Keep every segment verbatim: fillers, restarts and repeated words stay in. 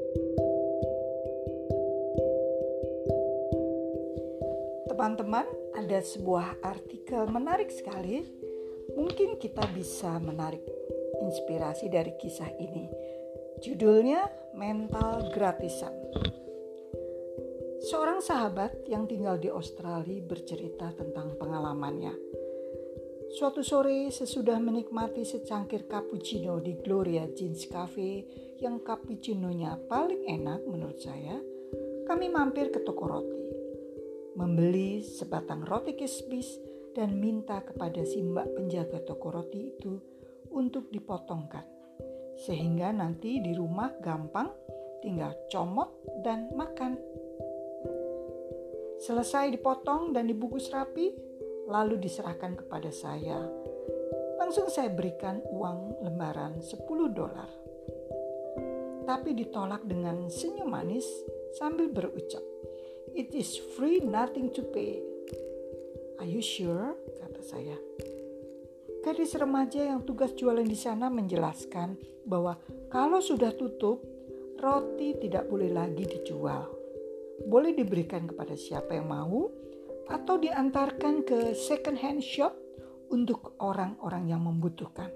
Teman-teman, ada sebuah artikel menarik sekali. Mungkin kita bisa menarik inspirasi dari kisah ini. Judulnya Mental Gratisan. Seorang sahabat yang tinggal di Australia bercerita tentang pengalamannya. Suatu sore sesudah menikmati secangkir cappuccino di Gloria Jeans Cafe yang cappuccinonya paling enak menurut saya, kami mampir ke toko roti. Membeli sebatang roti kismis dan minta kepada si mbak penjaga toko roti itu untuk dipotongkan. Sehingga nanti di rumah gampang tinggal comot dan makan. Selesai dipotong dan dibungkus rapi, lalu diserahkan kepada saya. Langsung saya berikan uang lembaran sepuluh dolar. Tapi ditolak dengan senyum manis sambil berucap, "It is free, nothing to pay." "Are you sure?" kata saya. Gadis remaja yang tugas jualan di sana menjelaskan bahwa kalau sudah tutup, roti tidak boleh lagi dijual. Boleh diberikan kepada siapa yang mau atau diantarkan ke second hand shop untuk orang-orang yang membutuhkan.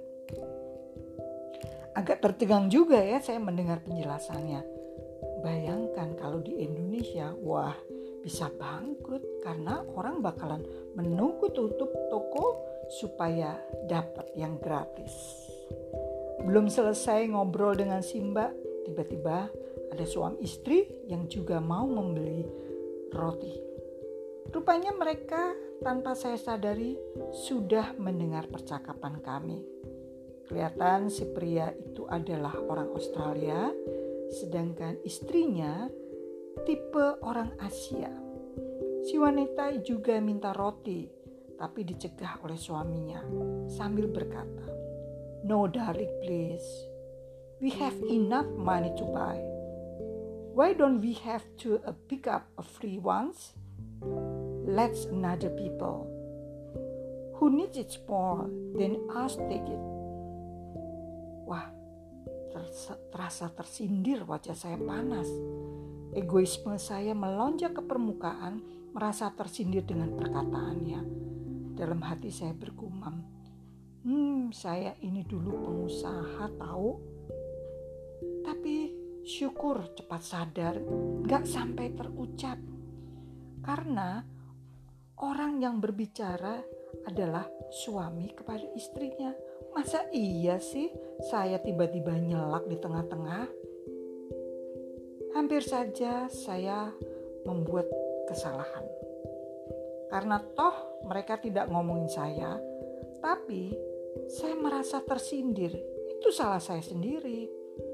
Agak tertegang juga ya saya mendengar penjelasannya. Bayangkan kalau di Indonesia, wah bisa bangkrut karena orang bakalan menunggu tutup toko supaya dapat yang gratis. Belum selesai ngobrol dengan si mbak, tiba-tiba ada suami istri yang juga mau membeli roti. Rupanya mereka tanpa saya sadari sudah mendengar percakapan kami. Kelihatan si pria itu adalah orang Australia, sedangkan istrinya tipe orang Asia. Si wanita juga minta roti, tapi dicegah oleh suaminya sambil berkata, "No darling, please. We have enough money to buy. Why don't we have to uh, pick up a free ones? Let's another people who needs it more than us take it." Wah, terasa tersindir, wajah saya panas. Egoisme saya melonjak ke permukaan, merasa tersindir dengan perkataannya. Dalam hati saya bergumam, hmm saya ini dulu pengusaha tahu. Tapi syukur cepat sadar, gak sampai terucap. Karena orang yang berbicara adalah suami kepada istrinya. Masa iya sih saya tiba-tiba nyelak di tengah-tengah? Hampir saja saya membuat kesalahan. Karena toh mereka tidak ngomongin saya, tapi saya merasa tersindir. Itu salah saya sendiri.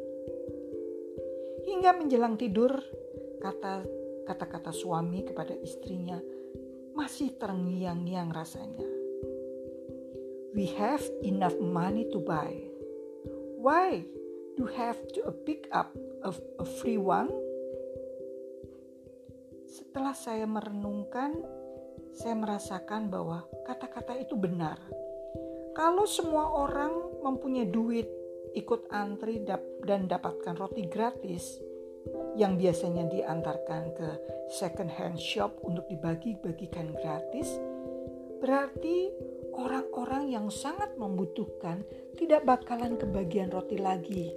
Hingga menjelang tidur, kata kata-kata suami kepada istrinya masih terngiang-ngiang rasanya. "We have enough money to buy. Why do you have to pick up a, a free one?" Setelah saya merenungkan, saya merasakan bahwa kata-kata itu benar. Kalau semua orang mempunyai duit, ikut antri dan dapatkan roti gratis yang biasanya diantarkan ke second hand shop untuk dibagi-bagikan gratis, berarti orang-orang yang sangat membutuhkan tidak bakalan kebagian roti lagi.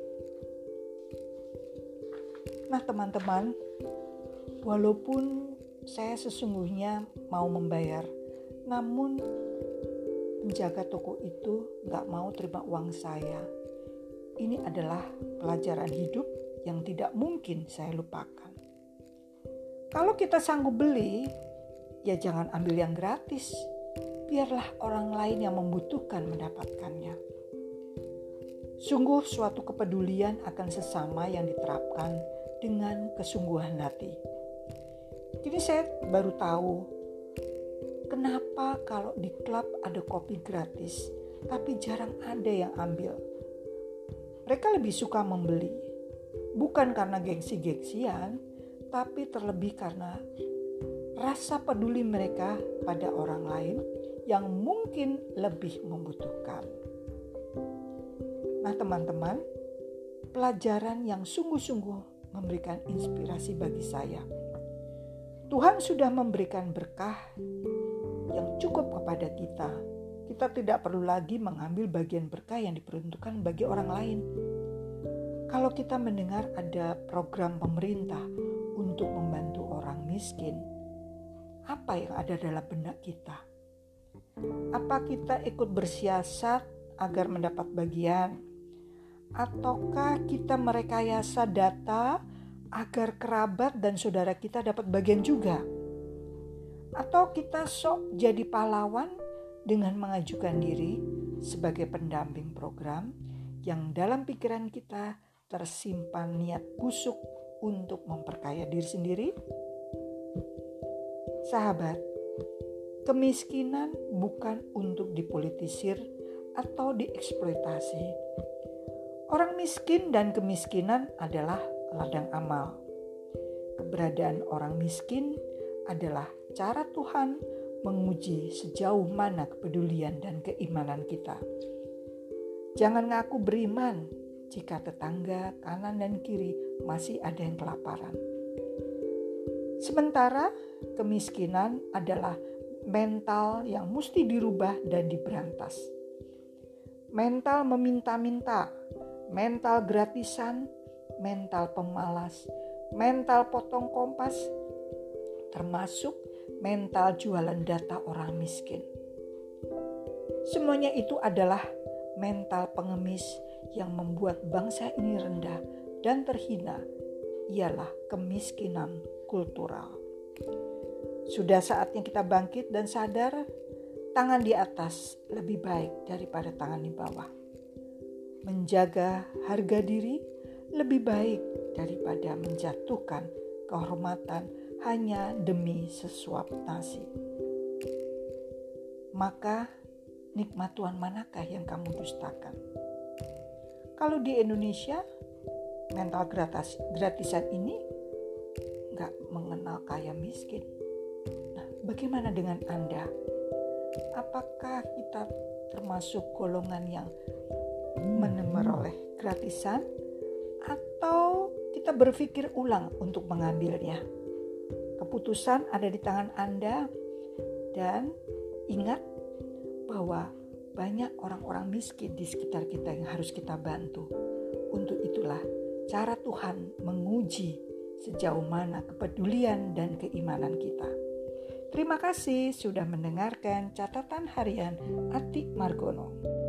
Nah teman-teman, walaupun saya sesungguhnya mau membayar, namun penjaga toko itu gak mau terima uang saya. Ini adalah pelajaran hidup yang tidak mungkin saya lupakan. Kalau kita sanggup beli, ya jangan ambil yang gratis. Biarlah orang lain yang membutuhkan mendapatkannya. Sungguh suatu kepedulian akan sesama yang diterapkan dengan kesungguhan hati. Kini saya baru tahu kenapa kalau di klub ada kopi gratis, tapi jarang ada yang ambil. Mereka lebih suka membeli, bukan karena gengsi-gengsian, tapi terlebih karena rasa peduli mereka pada orang lain yang mungkin lebih membutuhkan. Nah teman-teman, pelajaran yang sungguh-sungguh memberikan inspirasi bagi saya. Tuhan sudah memberikan berkah yang cukup kepada kita. Kita tidak perlu lagi mengambil bagian berkah yang diperuntukkan bagi orang lain. Kalau kita mendengar ada program pemerintah untuk membantu orang miskin, apa yang ada dalam benak kita? Apa kita ikut bersiasat agar mendapat bagian? Ataukah kita merekayasa data agar kerabat dan saudara kita dapat bagian juga? Atau kita sok jadi pahlawan dengan mengajukan diri sebagai pendamping program yang dalam pikiran kita tersimpan niat busuk untuk memperkaya diri sendiri? Sahabat, kemiskinan bukan untuk dipolitisir atau dieksploitasi. Orang miskin dan kemiskinan adalah ladang amal. Keberadaan orang miskin adalah cara Tuhan menguji sejauh mana kepedulian dan keimanan kita. Jangan ngaku beriman jika tetangga kanan dan kiri masih ada yang kelaparan. Sementara kemiskinan adalah mental yang mesti dirubah dan diberantas. Mental meminta-minta, mental gratisan, mental pemalas, mental potong kompas, termasuk mental jualan data orang miskin. Semuanya itu adalah mental pengemis yang membuat bangsa ini rendah dan terhina, ialah kemiskinan kultural. Sudah saatnya kita bangkit dan sadar tangan di atas lebih baik daripada tangan di bawah. Menjaga harga diri lebih baik daripada menjatuhkan kehormatan hanya demi sesuap nasi. Maka nikmat Tuhan manakah yang kamu dustakan? Kalau di Indonesia, mental gratis, gratisan ini gak mengenal kaya miskin. Nah, bagaimana dengan Anda? Apakah kita termasuk golongan yang meneroleh gratisan? Atau kita berpikir ulang untuk mengambilnya? Keputusan ada di tangan Anda, dan ingat bahwa banyak orang-orang miskin di sekitar kita yang harus kita bantu. Untuk itulah cara Tuhan menguji sejauh mana kepedulian dan keimanan kita. Terima kasih sudah mendengarkan catatan harian Ati Margono.